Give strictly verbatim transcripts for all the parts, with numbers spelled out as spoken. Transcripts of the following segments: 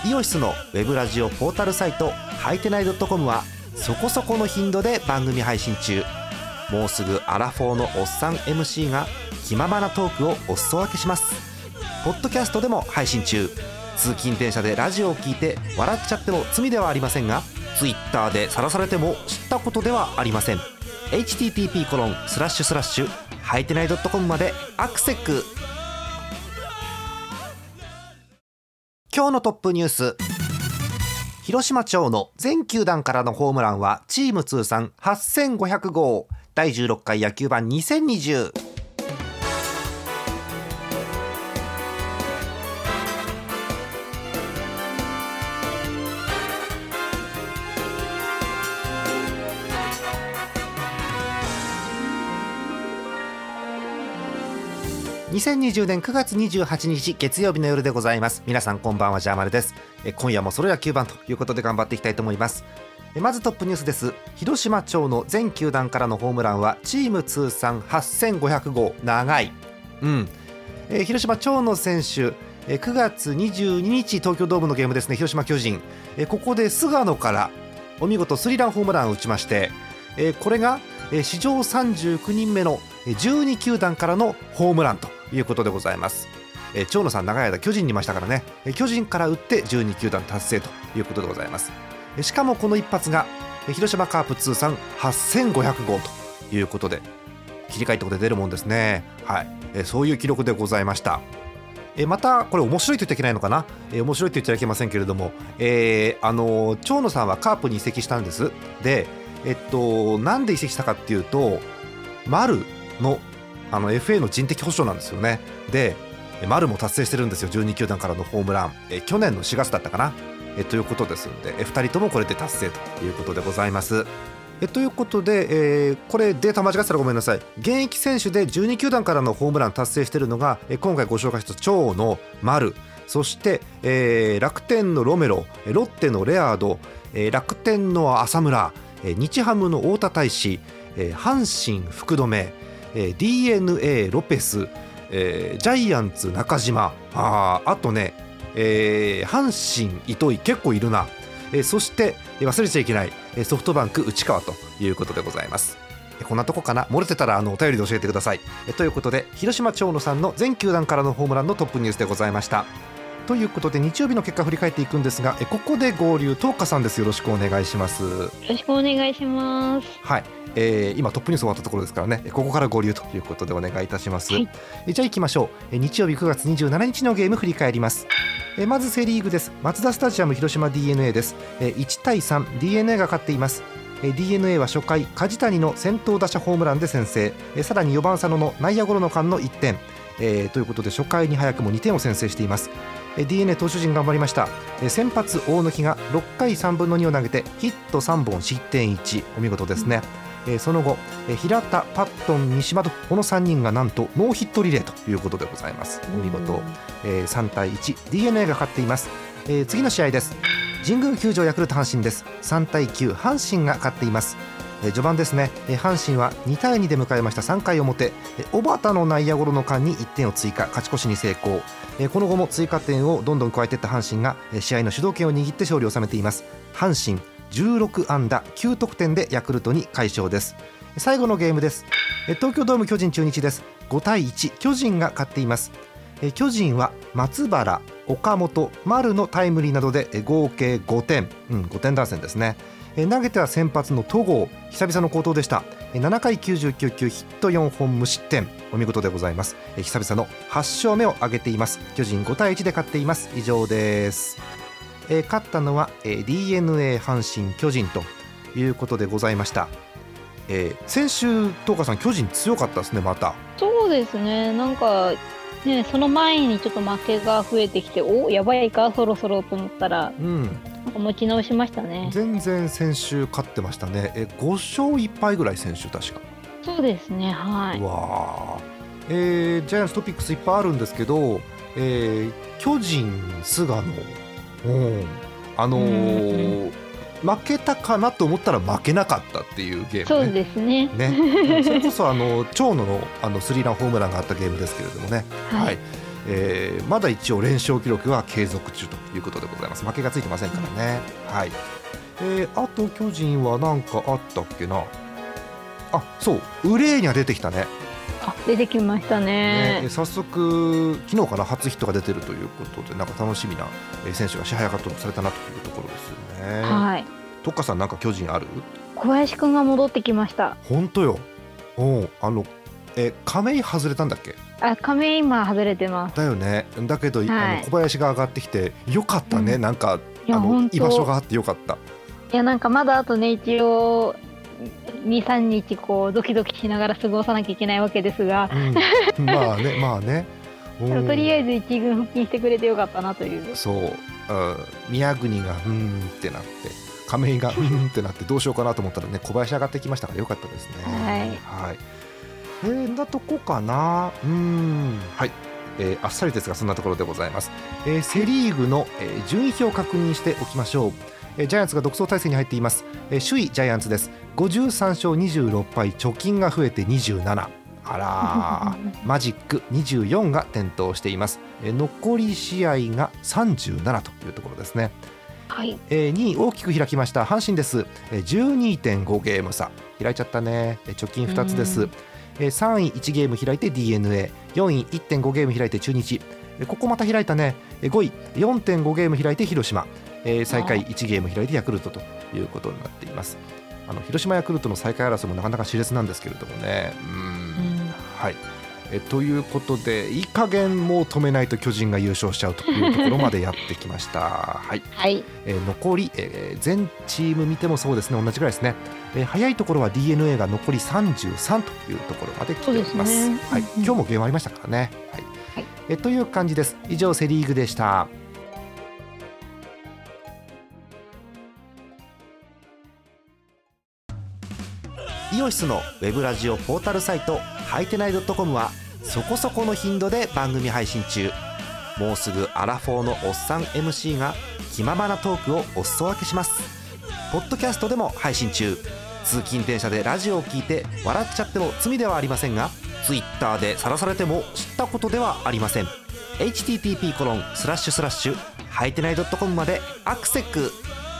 イオシスのウェブラジオポータルサイトはいてない .com はそこそこの頻度で番組配信中。もうすぐアラフォーのおっさん エムシー が気ままなトークをお裾分けします。ポッドキャストでも配信中。通勤電車でラジオを聞いて笑っちゃっても罪ではありませんが、ツイッターで晒されても知ったことではありません。 エイチティーティーピーコロンスラッシュスラッシュはいてない .com までアクセック。今日のトップニュース。広島町の全球団からのホームランはチーム通算はっせんごひゃくごう、だいじゅうろっかい野球盤にせんにじゅう。にせんにじゅうねんくがつにじゅうはちにち月曜日の夜でございます。皆さんこんばんは、ジャーマルです。え今夜もソロ野球盤ということで頑張っていきたいと思います。えまずトップニュースです。広島町の全球団からのホームランはチーム通算はっせんごひゃくごう、長い、うんえー、広島町の選手、えくがつにじゅうににち東京ドームのゲームですね、広島巨人、えここで菅野からお見事スリーランホームランを打ちまして、えこれが、え史上さんじゅうきゅうにんめのじゅうにきゅうだんからのホームランということでございます。え長野さん長い間巨人にいましたからね、え巨人から打ってじゅうにきゅうだん達成ということでございます。えしかもこの一発がえ広島カープ通算はっせんごひゃくごうということで、切り替えってことで出るもんですね。はい、えそういう記録でございました。えまたこれ面白いと言っちゃいけないのかな、え面白いと言っちゃいけませんけれども、えー、あの長野さんはカープに移籍したんです。で、えっとなんで移籍したかっていうと、丸のあの エフエー の人的保障なんですよね。で丸も達成してるんですよ、じゅうにきゅうだんからのホームラン。え去年のしがつだったかな、えということですので、えふたりともこれで達成ということでございます。えということで、えー、これデータ間違ってたらごめんなさい。現役選手でじゅうにきゅうだんからのホームラン達成しているのが、え今回ご紹介した長野、丸、そして、えー、楽天のロメロ、ロッテのレアード、えー、楽天の浅村、えー、日ハムの太田大使、えー、阪神福留、えー、ディーエヌエー ロペス、えー、ジャイアンツ中島、あ, あとね、えー、阪神糸井、結構いるな、えー、そして忘れちゃいけないソフトバンク内川ということでございます。こんなとこかな、漏れてたらあのお便りで教えてください。えということで広島長野さんの全球団からのホームランのトップニュースでございました。ということで日曜日の結果振り返っていくんですが、えここで合流東花さんです。よろしくお願いします。よろしくお願いします。 はい、えー、今トップニュース終わったところですからね、ここから合流ということでお願いいたします。はい、えじゃあ行きましょう。え日曜日くがつにじゅうしちにちのゲーム振り返ります。えまずセリーグです。マツダスタジアム広島 ディーエヌエー です。えいちたいさん ディーエヌエー が勝っています。え ディーエヌエー は初回梶谷の先頭打者ホームランで先制、えさらによばん佐野の内野ゴロの間のいってん、えー、ということで初回に早くもにてんを先制しています。ディーエヌエー 投手陣頑張りました。先発大貫がろっかいさんぶんのにを投げてヒットさんぼん失点いち、お見事ですね。その後平田、パットン、西間とこのさんにんがなんとノーヒットリレーということでございます。お見事。さんたいいち ディーエヌエー が勝っています。次の試合です。神宮球場ヤクルト阪神です。さんたいきゅう阪神が勝っています。序盤ですね、阪神はにたいにで迎えましたさんかい表、小畑の内野ゴロの間にいってんを追加、勝ち越しに成功。この後も追加点をどんどん加えていった阪神が試合の主導権を握って勝利を収めています。阪神じゅうろくあんだきゅうとくてんでヤクルトに快勝です。最後のゲームです。東京ドーム巨人中日です。ごたいいち巨人が勝っています。巨人は松原、岡本、丸のタイムリーなどで合計ごてん、うん、ごてん打線ですね。投げては先発の戸郷、久々の好投でした。ななかいきゅうじゅうきゅうきゅう、ヒットよんほん無失点、お見事でございます。久々のはっしょうめを挙げています。巨人ごたいいちで勝っています。以上です。え勝ったのは ディーエヌエー 阪神巨人ということでございました。えー、先週東花さん巨人強かったですね。またそうですね、なんかね、その前にちょっと負けが増えてきて、おやばいかそろそろと思ったら、うん、なんか持ち直しましたね。 全然先週勝ってましたね。えごしょういっぱいぐらい先週確か。 そうですね、はい。 うわ、えー、ジャイアンツトピックスいっぱいあるんですけど、えー、巨人菅野、うん、あのー、負けたかなと思ったら負けなかったっていうゲームね。 そうですね。 ねそれこそあの長野のあのスリーランホームランがあったゲームですけれどもね。はい、はい、 えー、まだ一応連勝記録は継続中ということでございます。負けがついてませんからね、はい。えー、あと巨人は何かあったっけな。あ、そうウレーニャ出てきたね。 あ、出てきました ね, ね。早速昨日から初ヒットが出てるということで、なんか楽しみな選手が支配下登録されたなというところですよね。 はい。 とっかさんなんか巨人ある？ 小林くんが戻ってきました。 本当よ。おあのえ亀井外れたんだっけ？ あ、亀井今外れてます。 だよね。だけど、はい、あの小林が上がってきてよかったね、うん、なんかあの居場所があってよかった。 いやなんかまだあとね一応に、さんにちこうドキドキしながら過ごさなきゃいけないわけですが、 うん、まあねまあねとりあえず一軍復帰してくれてよかったなという。 そう、うん、宮國がうーんってなって亀井がうーんってなってどうしようかなと思ったらね小林上がってきましたからよかったですね。 はい、 はい。えー、なとこかな。うーん、はい。えー、あっさりですがそんなところでございます。えー、セリーグの、えー、順位表を確認しておきましょう。えー、ジャイアンツが独走態勢に入っています。えー、首位ジャイアンツです。ごじゅうさん勝にじゅうろく敗、貯金が増えてにじゅうなな。あらマジックにじゅうよんが点灯しています。えー、残り試合がさんじゅうななというところですね。 はい。 えー、にい大きく開きました阪神です。えー、じゅうにてんご ゲーム差開いちゃったね。えー、貯金ふたつです。えー、さんいいちゲーム開いて ディーエヌエー、 よんい いってんご ゲーム開いて中日、えー、ここまた開いたね。えー、ごい よんてんご ゲーム開いて広島、えー、最下位いちゲーム開いてヤクルトということになっています。あの広島ヤクルトの最下位争いもなかなか熾烈なんですけれどもね。うーん、はい。えということでいい加減もう止めないと巨人が優勝しちゃうというところまでやってきました。はい、 はい。 えー、残り、えー、全チーム見てもそうですね同じぐらいですね。えー、早いところは ディーエヌエー が残りさんじゅうさんというところまで来ています。 ね、 はい、今日もゲームありましたからね。はい、はい。えー、という感じです。以上セリーグでした。イオシスのウェブラジオポータルサイトハイテナイ .com はそこそこの頻度で番組配信中。もうすぐアラフォーのおっさん エムシー が気ままなトークをお裾分けします。ポッドキャストでも配信中。通勤電車でラジオを聞いて笑っちゃっても罪ではありませんが、ツイッターで晒されても知ったことではありません。 エイチティーティーピーコロンスラッシュスラッシュハイテナイ .com までアクセック。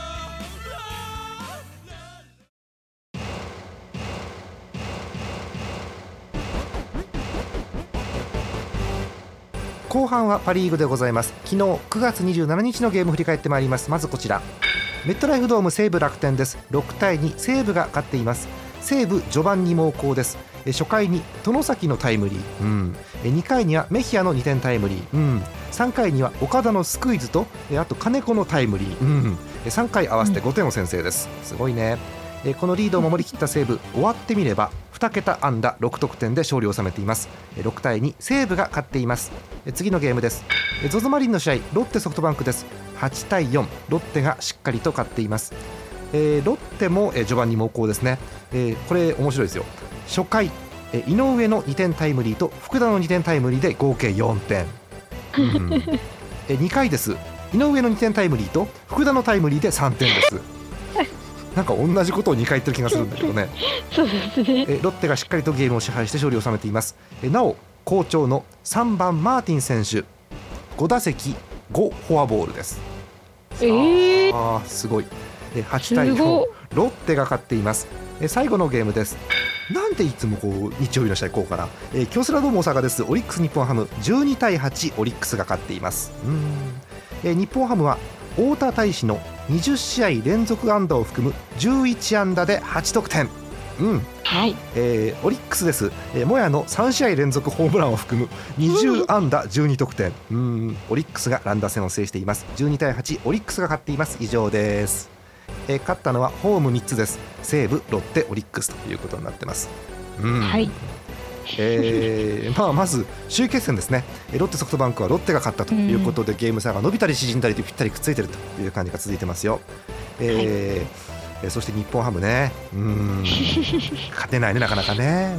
後半はパリーグでございます。昨日くがつにじゅうしちにちのゲーム振り返ってまいります。まずこちらメットライフドーム西武楽天です。ろくたいに西武が勝っています。西武序盤に猛攻です。初回に外崎のタイムリー、うん、にかいにはメヒアのにてんタイムリー、うん、さんかいには岡田のスクイズとあと金子のタイムリー、うん、さんかい合わせてごてんを先制です。すごいね。このリードを守りきった西武、終わってみればにけた安打ろくとくてんで勝利を収めています。ろくたいに西武が勝っています。次のゲームです。 ゾゾ マリンの試合、ロッテソフトバンクです。はちたいよん、ロッテがしっかりと勝っています。えー、ロッテも序盤に猛攻ですね。えー、これ面白いですよ。初回井上のにてんタイムリーと福田のにてんタイムリーで合計よんてん、うん、えにかいです。井上のにてんタイムリーと福田のタイムリーでさんてんです。なんか同じことをにかい言ってる気がするんだけどね。 そうですね。 えロッテがしっかりとゲームを支配して勝利を収めています。えなお好調のさんばんマーティン選手、ごだせきごフォアボールです。 えー、 あーすごい。えはちたいよん、ロッテが勝っています。え最後のゲームです。なんでいつもこう日曜日の試合こうかな。えー、京セラドーム大阪です。オリックス日本ハムじゅうにたいはち、オリックスが勝っています。うーん、えー、日本ハムは太田大使のにじゅっしあい連続安打を含むじゅういちあんだではちとくてん、うん、 はい。 えー、オリックスです。えー、モヤのさんしあい連続ホームランを含むにじゅうあんだじゅうにとくてん、うん、オリックスが乱打戦を制しています。じゅうにたいはち、オリックスが勝っています。以上です。えー、勝ったのはホームみっつです。西武、ロッテ、オリックスということになってます。うん、 はい。 えーまあ、まず首位決戦ですね。ロッテソフトバンクはロッテが勝ったということで、うん、ゲーム差が伸びたり縮んだりとぴったりくっついているという感じが続いてますよ。えーはい、そして日本ハムね、うーん勝てないねなかなかね。うん、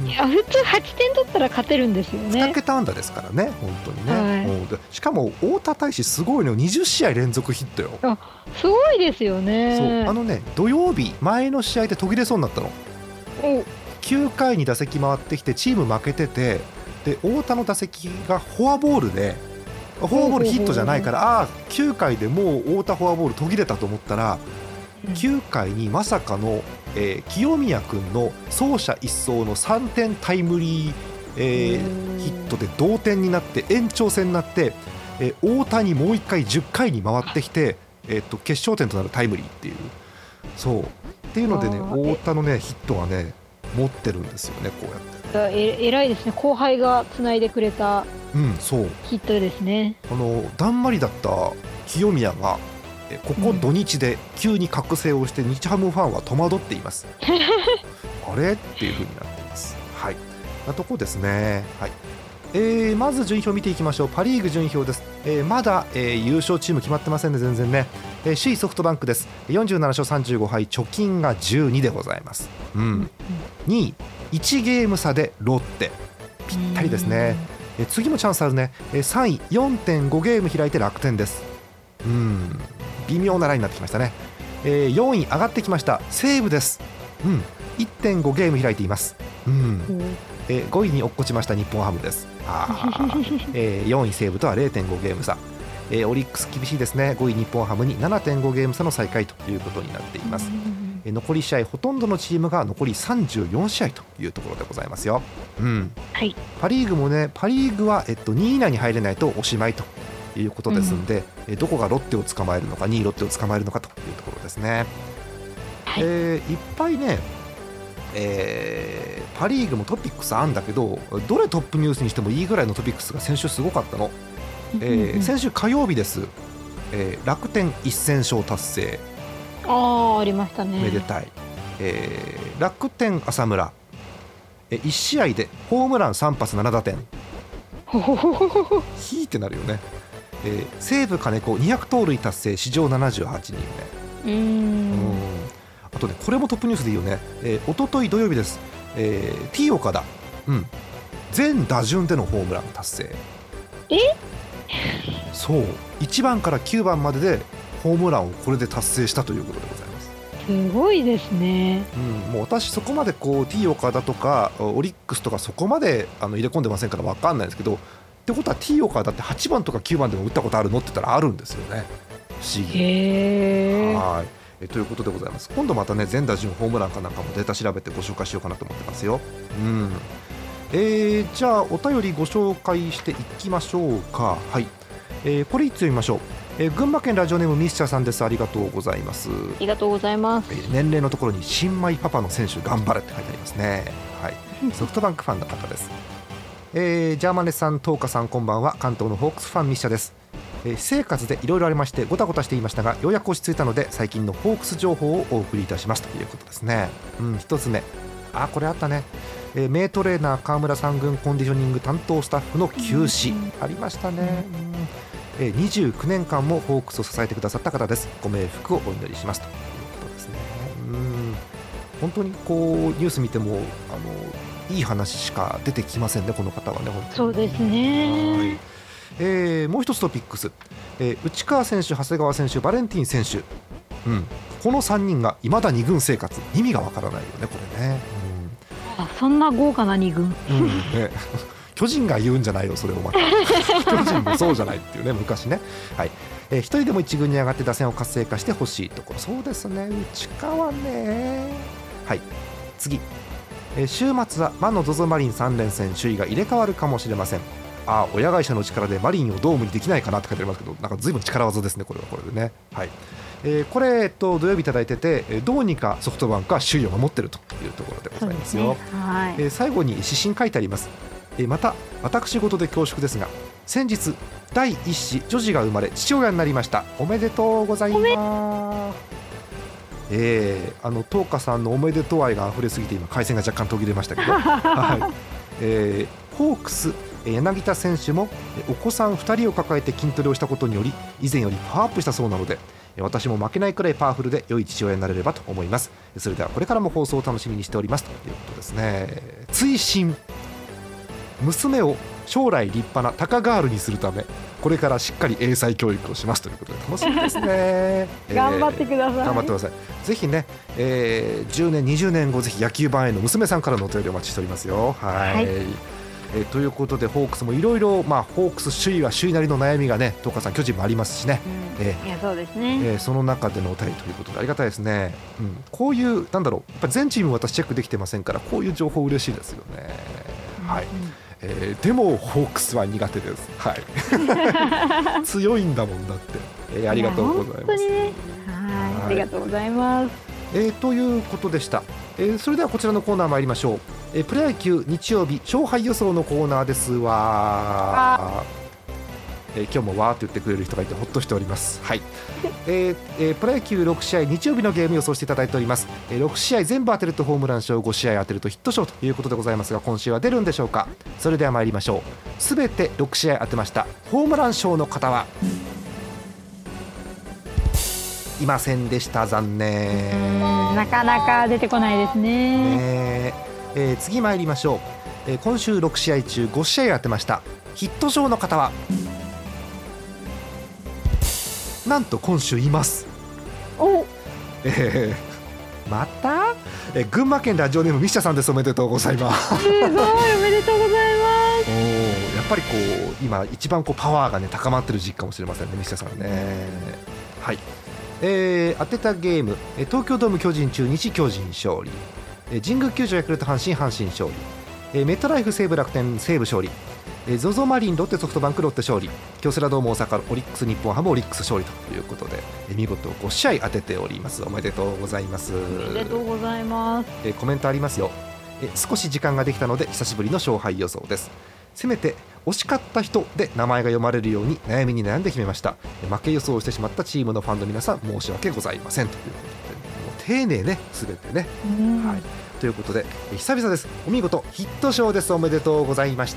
いや普通はちてん取ったら勝てるんですよね。 にけた安打ですからね本当にね、 はい、 しかも太田大使すごいのにじゅっしあい連続ヒットよ。 あすごいですよね。 そうあのね土曜日前の試合で途切れそうになったの。おきゅうかいに打席回ってきてチーム負けててで太田の打席がフォアボールでフォアボールヒットじゃないからあきゅうかいでもう太田フォアボール途切れたと思ったらきゅうかいにまさかの、えー、清宮君の走者一掃のさんてんタイムリー、えー、ヒットで同点になって延長戦になって、えー、太田にもういっかいじゅっかいに回ってきて、えー、と決勝点となるタイムリーっていうそうっていうのでね太田のねヒットがね持ってるんですよねこうやって。 え偉いですね後輩がつないでくれたヒットですね、 うん、そうあのだんまりだった清宮がここ土日で急に覚醒をして日ハムファンは戸惑っています、うん、あれっていう風になっています。はいなとこですね、はいえー、まず順位表見ていきましょう。パリーグ順位表です、えー、まだ、えー、優勝チーム決まってませんね全然ね、えー、首位ソフトバンクです。よんじゅうななしょうさんじゅうごはい貯金がじゅうにでございます、うんうん、にいいちゲーム差でロッテぴったりですね、えー、次もチャンスあるね、えー、さんい よんてんご ゲーム開いて楽天です。うん微妙なラインになってきましたね、えー、よんい上がってきました西武です、うん、いってんご ゲーム開いています、うんえー、ごいに落っこちました日本ハムです。あ、えー、よんい西武とは れいてんご ゲーム差、えー、オリックス厳しいですね。ごい日本ハムに ななてんご ゲーム差の最下位ということになっています、えー、残り試合ほとんどのチームが残りさんじゅうよんしあいというところでございますよ、うんはい、パリーグもねパリーグは、えっと、にい以内に入れないとおしまいということですので、うん、どこがロッテを捕まえるのかにいロッテを捕まえるのかというところですね、はいえー、いっぱいね、えー、パリーグもトピックスあんだけどどれトップニュースにしてもいいぐらいのトピックスが先週すごかったの、えー、先週火曜日です、えー、楽天せん勝達成あーありましたねめでたい、えー、楽天浅村、えー、いち試合でホームランさん発なな打点ヒーってなるよね。えー、西武金子にひゃく盗塁達成史上ななじゅうはちにんめ。うーんあとねこれもトップニュースでいいよね、えー、おととい土曜日です、えー、T 岡田、うん、全打順でのホームラン達成。 えそういちばんからきゅうばんまででホームランをこれで達成したということでございます。 すごいですね、 うん、もう私そこまでこう T 岡田とかオリックスとかそこまであの入れ込んでませんから分かんないですけどってことは T 岡田ってはちばんとかきゅうばんでも打ったことあるのって言ったらあるんですよね。不思議。 へーはいえということでございます。今度またね全打順ホームランかなんかもデータ調べてご紹介しようかなと思ってますよ、うんえー、じゃあお便りご紹介していきましょうか。はい、えー、これいつ読みましょう。えー、群馬県ラジオネームミスチャーさんです。ありがとうございます。ありがとうございます、 えー、年齢のところに新米パパの選手頑張れって書いてありますね、はい、ソフトバンクファンの方ですえー、ジャーマネさん、トーカさんこんばんは。関東のホークスファンミッシャです、えー、私生活でいろいろありましてごたごたしていましたがようやく落ち着いたので最近のホークス情報をお送りいたしますということですね、うん、一つ目あこれあったね、えー、名トレーナー川村さん軍コンディショニング担当スタッフの休止、うん、ありましたね、うんえー、にじゅうきゅうねんかんもホークスを支えてくださった方です。ご冥福をお祈りしますということですね。うん本当にこうニュース見てもあのいい話しか出てきませんねこの方はね。本当にそうですね、はいえー、もう一つトピックス、えー、内川選手、長谷川選手、バレンティン選手、うん、このさんにんがいまだに軍生活意味がわからないよねこれね、 うん、あそんな豪華なに軍、 うんね、巨人が言うんじゃないよそれをまた巨人もそうじゃないっていうね昔ね、はいえー、一人でも一軍に上がって打線を活性化してほしいところ。そうですね内川ね。はい次えー、週末は魔の ゾゾ マリンさん連戦首位が入れ替わるかもしれません。あ親会社の力でマリンをドームにできないかなって書いてありますけどなんか随分力技ですねこれはこれでね、はいえー、これ、えっと、土曜日いただいててどうにかソフトバンクは首位を守っているというところでございますよ、ねはいえー、最後に指針書いてあります、えー、また私事で恐縮ですが先日だいいっ子女児が生まれ父親になりました。おめでとうございます。えー、あのトーカさんのおめでとう愛が溢れすぎて今回線が若干途切れましたけど、はいえー、ホークス柳田選手もお子さんふたりを抱えて筋トレをしたことにより以前よりパワーアップしたそうなので私も負けないくらいパワフルで良い父親になれればと思います。それではこれからも放送を楽しみにしておりますということですね。追伸娘を将来立派なタカガールにするためこれからしっかり英才教育をしますということで楽しみですね、えー、頑張ってください。 頑張ってください。ぜひね、えー、じゅうねんにじゅうねんごぜひ野球盤への娘さんからのお便りお待ちしておりますよ。はい、はいえー、ということでホークスもいろいろ、まあ、ホークス首位は首位なりの悩みがね、東川さん巨人もありますしね、 うん、えー、いやそうですね、 えー、その中でのお便りということでありがたいですね、うん、こういうなんだろう、やっぱ全チーム私チェックできてませんから、こういう情報嬉しいですよね、うん、はい、えー、でもホークスは苦手です、はい、強いんだもんだって、えー、ありがとうございます。 ね、はい、ありがとうございます、 えー、ということでした、えー、それではこちらのコーナー参りましょう。えー、プロ野球日曜日勝敗予想のコーナーですわ、えー、今日もわーって言ってくれる人がいてほっとしております、はい、えーえー、プロ野球ろく試合日曜日のゲーム予想していただいております、えー、ろく試合全部当てるとホームラン賞、ご試合当てるとヒット賞ということでございますが、今週は出るんでしょうか。それでは参りましょう。すべてろく試合当てましたホームラン賞の方はいませんでした、残念、 なかなか出てこないですね。 ね、えー、次参りましょう、えー、今週ろく試合中ご試合当てましたヒット賞の方はなんと今週います。 お、 えー、また、えー、群馬県ラジオネームミシャさんです。おめでとうございます。 すごい、おめでとうございます。 お、やっぱりこう今一番こうパワーがね高まってる時期かもしれませんね、ミシャさんね。はい、えー、当てたゲーム、東京ドーム巨人中日巨人勝利、神宮球場ヤクルト阪神阪神勝利、メットライフ西武楽天西武勝利、ゾゾマリンロッテソフトバンクロッテ勝利、京セラドーム大阪オリックス日本ハムオリックス勝利ということで、見事ご試合当てております。おめでとうございます。 おめでとうございます。 えコメントありますよ。え少し時間ができたので久しぶりの勝敗予想です。せめて惜しかった人で名前が読まれるように悩みに悩んで決めました。負け予想をしてしまったチームのファンの皆さん申し訳ございませんということで、もう丁寧ね、すべてね、はい、ということで久々です。お見事ヒット賞です。おめでとうございました。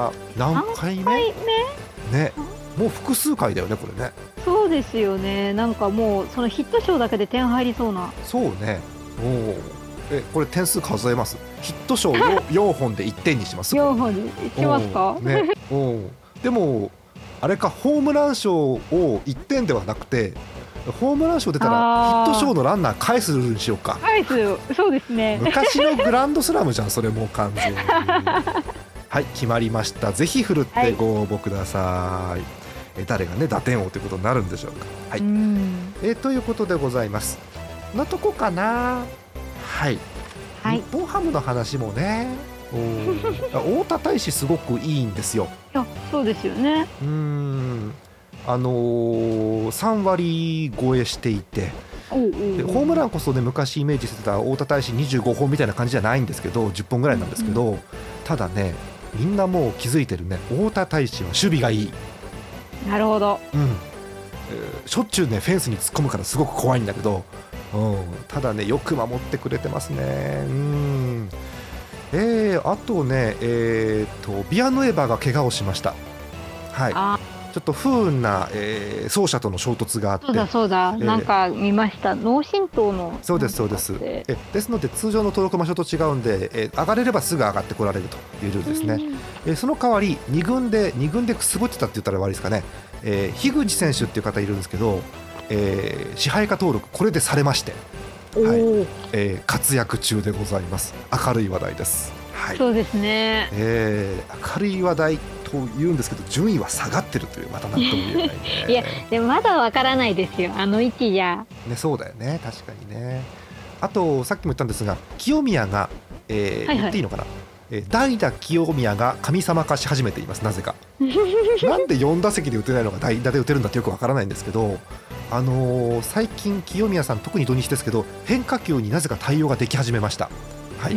何回目ね、もう複数回だよねこれね。 そうですよね。なんかもうそのヒット賞だけで点入りそうな。 そうね。おえこれ点数数えます。ヒット賞よんほんでいってんにします。 よんほんにしますか、 ね、おでもあれか、ホームラン賞をいってんではなくてホームラン賞出たらヒット賞のランナー返すにしようか。 返すよ。そうですね。 昔のグランドスラムじゃんそれもう完全にはい、決まりました。ぜひふるってご応募ください、はい、え誰がね打点王ということになるんでしょうか。はい、えということでございます。なとこかな。はい、はい、日本ハムの話もね、太田大使すごくいいんですよ。 いやそうですよね。 うーんあのー、さん割超えしていて、おうおうおうでホームランこそね昔イメージしてた太田大使にじゅうごほんみたいな感じじゃないんですけどじゅっぽんぐらいなんですけど、うんうん、ただねみんなもう気づいてるね、太田大使は守備がいい。 なるほど、 うんえー、しょっちゅうねフェンスに突っ込むからすごく怖いんだけど、うん、ただねよく守ってくれてますね。うんえー、あとね、えー、とビアヌエバが怪我をしました。はい、あちょっと不運な、えー、走者との衝突があって、 そうだそうだ、えー、なんか見ました。脳震盪のそうですそうですえですので通常の登録場所と違うんで、えー、上がれればすぐ上がってこられるというルールですね、えー、その代わりに軍でに軍でくすぶってたって言ったら悪いですかね、えー、樋口選手っていう方いるんですけど、えー、支配下登録これでされまして、はいえー、活躍中でございます。明るい話題です、はい、 そうですね、 えー、明るい話題と言うんですけど順位は下がってるというまた何とも言えないねいやでもまだわからないですよ、あの位置じゃ、 ね、そうだよね確かにね。あとさっきも言ったんですが清宮が、えーはいはい、言っていいのかな、えー、代打清宮が神様化し始めています。なぜかなんでよん打席で打てないのが代打で打てるんだってよくわからないんですけど、あのー、最近清宮さん特に土日ですけど変化球になぜか対応ができ始めました、はい、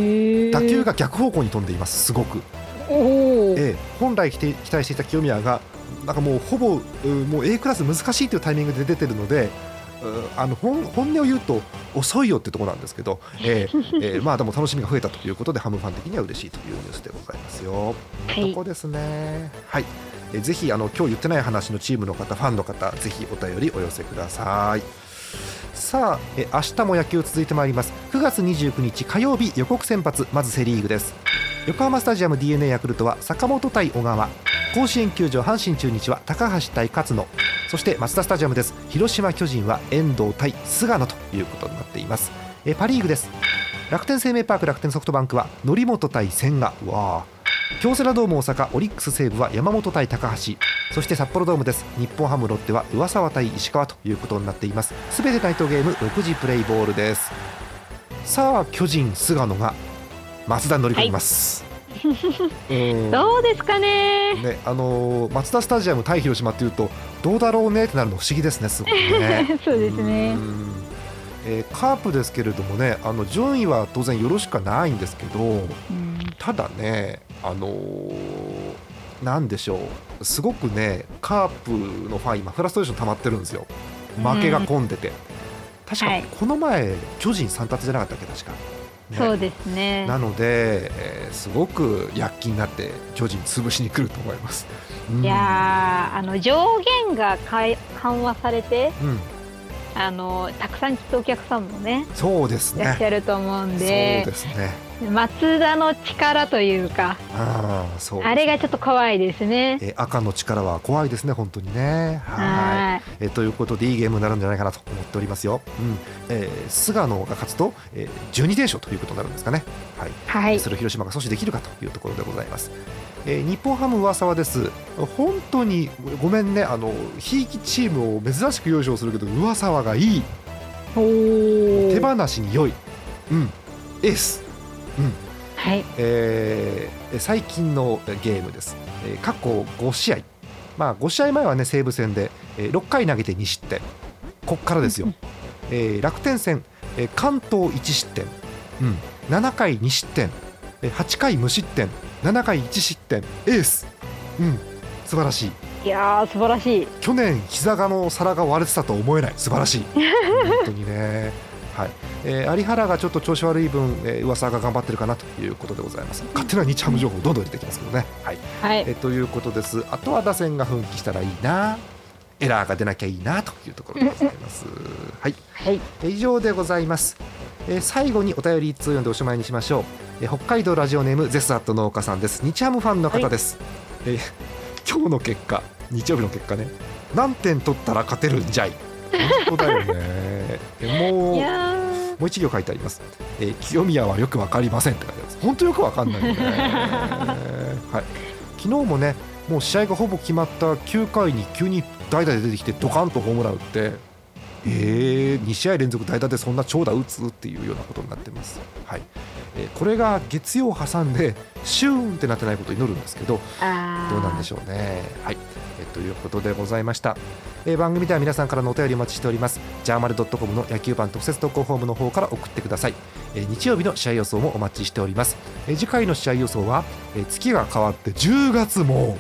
打球が逆方向に飛んでいます。すごくお、えー、本来期待していた清宮がなんかもうほぼもう A クラス難しいというタイミングで出てるので、あの 本, 本音を言うと遅いよってところなんですけど、えーえー、まあでも楽しみが増えたということでハムファン的には嬉しいというニュースでございますよ。はい、ここですね。はい、えー、ぜひあの今日言ってない話のチームの方ファンの方ぜひお便りお寄せください。さあえ明日も野球続いてまいります。くがつにじゅうくにち火曜日予告先発、まずセリーグです。横浜スタジアム ディーエヌエー ヤクルトは坂本対小川、甲子園球場阪神中日は高橋対勝野、そしてマツダスタジアムです。広島巨人は遠藤対菅野ということになっています。えパリーグです。楽天生命パーク楽天ソフトバンクは則本対千賀、わ京セラドーム大阪、オリックス西武は山本対高橋、そして札幌ドームです。日本ハムロッテは上沢対石川ということになっています。すべてナイトゲームろくじプレイボールです。さあ巨人菅野が松田に乗り込みます、 はい、うんどうですか ね, ねあのー、マツダスタジアム対広島っていうとどうだろうねってなるの不思議ですね、すごくねそうですね。 えー、カープですけれどもね、あの順位は当然よろしくはないんですけど、うん、ただね、あのー、なんでしょう、すごくねカープのファン今フラストレーション溜まってるんですよ。負けが込んでて、うん、確かこの前、はい、巨人さん達じゃなかったっけ確か、 ね、そうですね。 なので、えー、すごく躍起になって巨人潰しに来ると思います、うん、 いやあの上限が緩和されて、うんあのたくさんきっとお客さんもね、 そうですね、 いらっしゃると思うんで、 そうですね、 松田の力というか、 あ, そう、ね、 あれがちょっと怖いですね。 え赤の力は怖いですね、本当にね。はい、えということでいいゲームになるんじゃないかなと思っておりますよ、うんえー、菅野が勝つと、えー、じゅうにてん勝ということになるんですかね。はい、はい、それを広島が阻止できるかというところでございます。えー、日本ハム上沢です。本当にごめんね、あのひいきチームを珍しく優勝するけど上沢がいい、手放しに良い、うん、エース、うんはいえー、最近のゲームです。えー、過去ごしあい、まあ、ごしあいまえは、ね、西武戦で、えー、ろっかい投げてに失点、こっからですよ、えー、楽天戦、えー、関東いち失点、うん、ななかいに失点、えー、はちかい無失点、ななかいいち失点、エース、うん、素晴らしい。 いやー素晴らしい。 去年膝がの皿が割れてたと思えない、素晴らしい本当にね。はいえー、有原がちょっと調子悪い分、えー、噂が頑張ってるかなということでございます。勝手な日ハム情報どんどん出てきますけどね、はいはいえー、ということです。あとは打線が奮起したらいいな、エラーが出なきゃいいなというところでございますはい、はいえー、以上でございます。えー、最後にお便りいっつう読んでおしまいにしましょう。えー、北海道ラジオネームゼスアット農家さんです。日ハムファンの方です、はいえー、今日の結果、日曜日の結果ね、何点取ったら勝てるんじゃい。本当だよねもうもう一行書いてあります、えー、清宮はよくわかりませんって書いてあります。本当よくわかんないよね、はい、昨日もねもう試合がほぼ決まったきゅうかいに急に代打で出てきてドカンとホームラン打って、えー、に試合連続代打でそんな長打打つっていうようなことになってます、はいえー、これが月曜挟んでシューンってなってないことを祈るんですけど、どうなんでしょうね。はいえー、ということでございました。えー、番組では皆さんからのお便りお待ちしております。ジャーマル .com の野球版特設投稿フォームの方から送ってください。えー、日曜日の試合予想もお待ちしております。えー、次回の試合予想は、えー、月が変わってじゅうがつも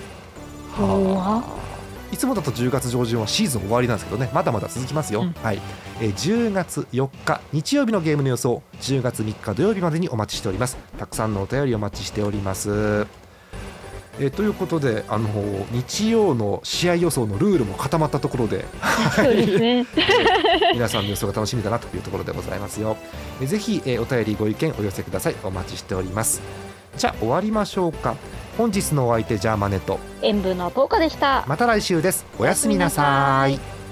いつもだとじゅうがつ上旬はシーズン終わりなんですけどね、まだまだ続きますよ、うんはいえー、じゅうがつよっか日曜日のゲームの予想、じゅうがつみっか土曜日までにお待ちしております。たくさんのお便りお待ちしております。えー、ということであの日曜の試合予想のルールも固まったところでそうですね皆さんの予想が楽しみだなというところでございますよ。えー、ぜひ、えー、お便りご意見お寄せください。お待ちしております。じゃあ終わりましょうか。本日のお相手ジャーマネと塩分のとおかでした。 また来週です。おやすみなさい。